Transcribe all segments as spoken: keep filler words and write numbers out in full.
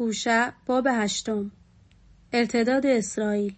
هوشع باب هشتم. ارتداد اسرائیل.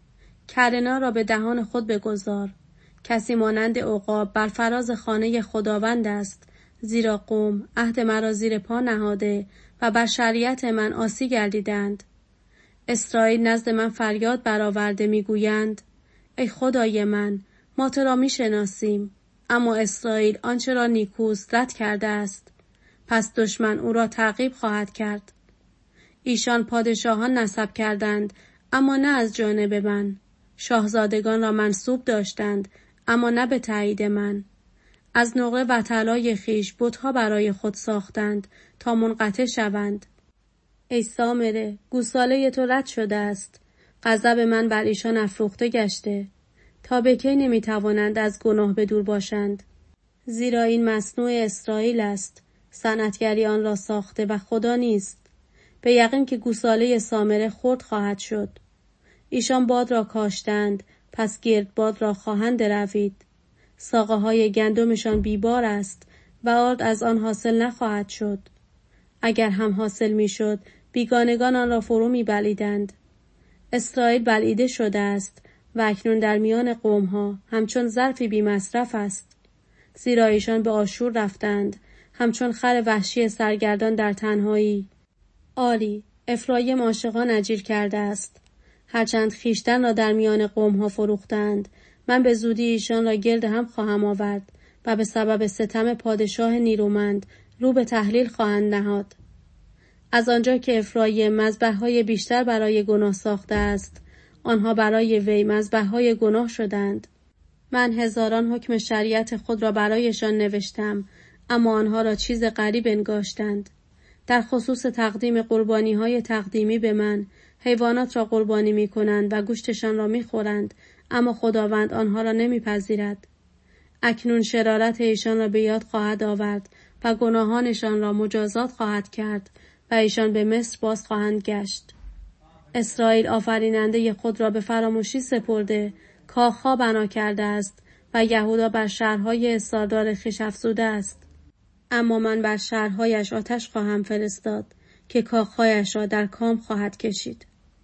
کرنا را به دهان خود بگذار. کسی مانند عقاب بر فراز خانه خداوند است، زیرا قوم عهد مرا زیر پا نهاده و بر شریعت من عاصی گردیدند. اسرائیل نزد من فریاد برآورده میگویند: ای خدای من، ما تو را میشناسیم، اما اسرائیل آنچه را نیکوست رد کرده است، پس دشمن او را تعقیب خواهد کرد. ایشان پادشاهان نسب کردند، اما نه از جانب من. شاهزادگان را منصوب داشتند، اما نه به تایید من. از نقره و طلای خویش بتها برای خود ساختند تا منقطع شوند. ای سامره، گوساله تو رد شده است. غضب من بر ایشان افروخته گشته. تا به کی نمیتوانند از گناه به دور باشند؟ زیرا این مصنوع اسرائیل است، صنعتگری آن را ساخته و خدا نیست. به یقین که گوساله سامره خرد خواهد شد. ایشان باد را کاشتند، پس گرد باد را خواهند روید. ساقه های گندمشان بیبار است و آرد از آن حاصل نخواهد شد. اگر هم حاصل میشد، بیگانگان آن را فرو میبلیدند. اسرائیل بلعیده شده است و اکنون در میان قومها همچون ظرفی بی مصرف است. زیرا ایشان به آشور رفتند، همچون خر وحشی سرگردان در تنهایی. آری، افرایم عاشقان اجیر کرده است. هرچند خیشتن را در میان قومها فروختند، من به زودی ایشان را گرد هم خواهم آورد و به سبب ستم پادشاه نیرومند رو به تحلیل خواهند نهاد. از آنجا که افرایم مذبح‌های بیشتر برای گناه ساخته است، آنها برای وی مذبح‌های گناه شدند. من هزاران حکم شریعت خود را برایشان نوشتم، اما آنها را چیز غریب انگاشتند. در خصوص تقدیم قربانی‌های تقدیمی به من، حیوانات را قربانی می‌کنند و گوشتشان را می‌خورند، اما خداوند آنها را نمی‌پذیرد. اکنون شرارت ایشان را به یاد خواهد آورد و گناهانشان را مجازات خواهد کرد و ایشان به مصر باز خواهند گشت. اسرائیل آفریننده خود را به فراموشی سپرده، کاخها بنا کرده است و یهودا بر شهرهای استاردار خویش افزوده است. اما من بر شهرهایش آتش خواهم فرستاد که کاخهایش را در کام خواهد کشید.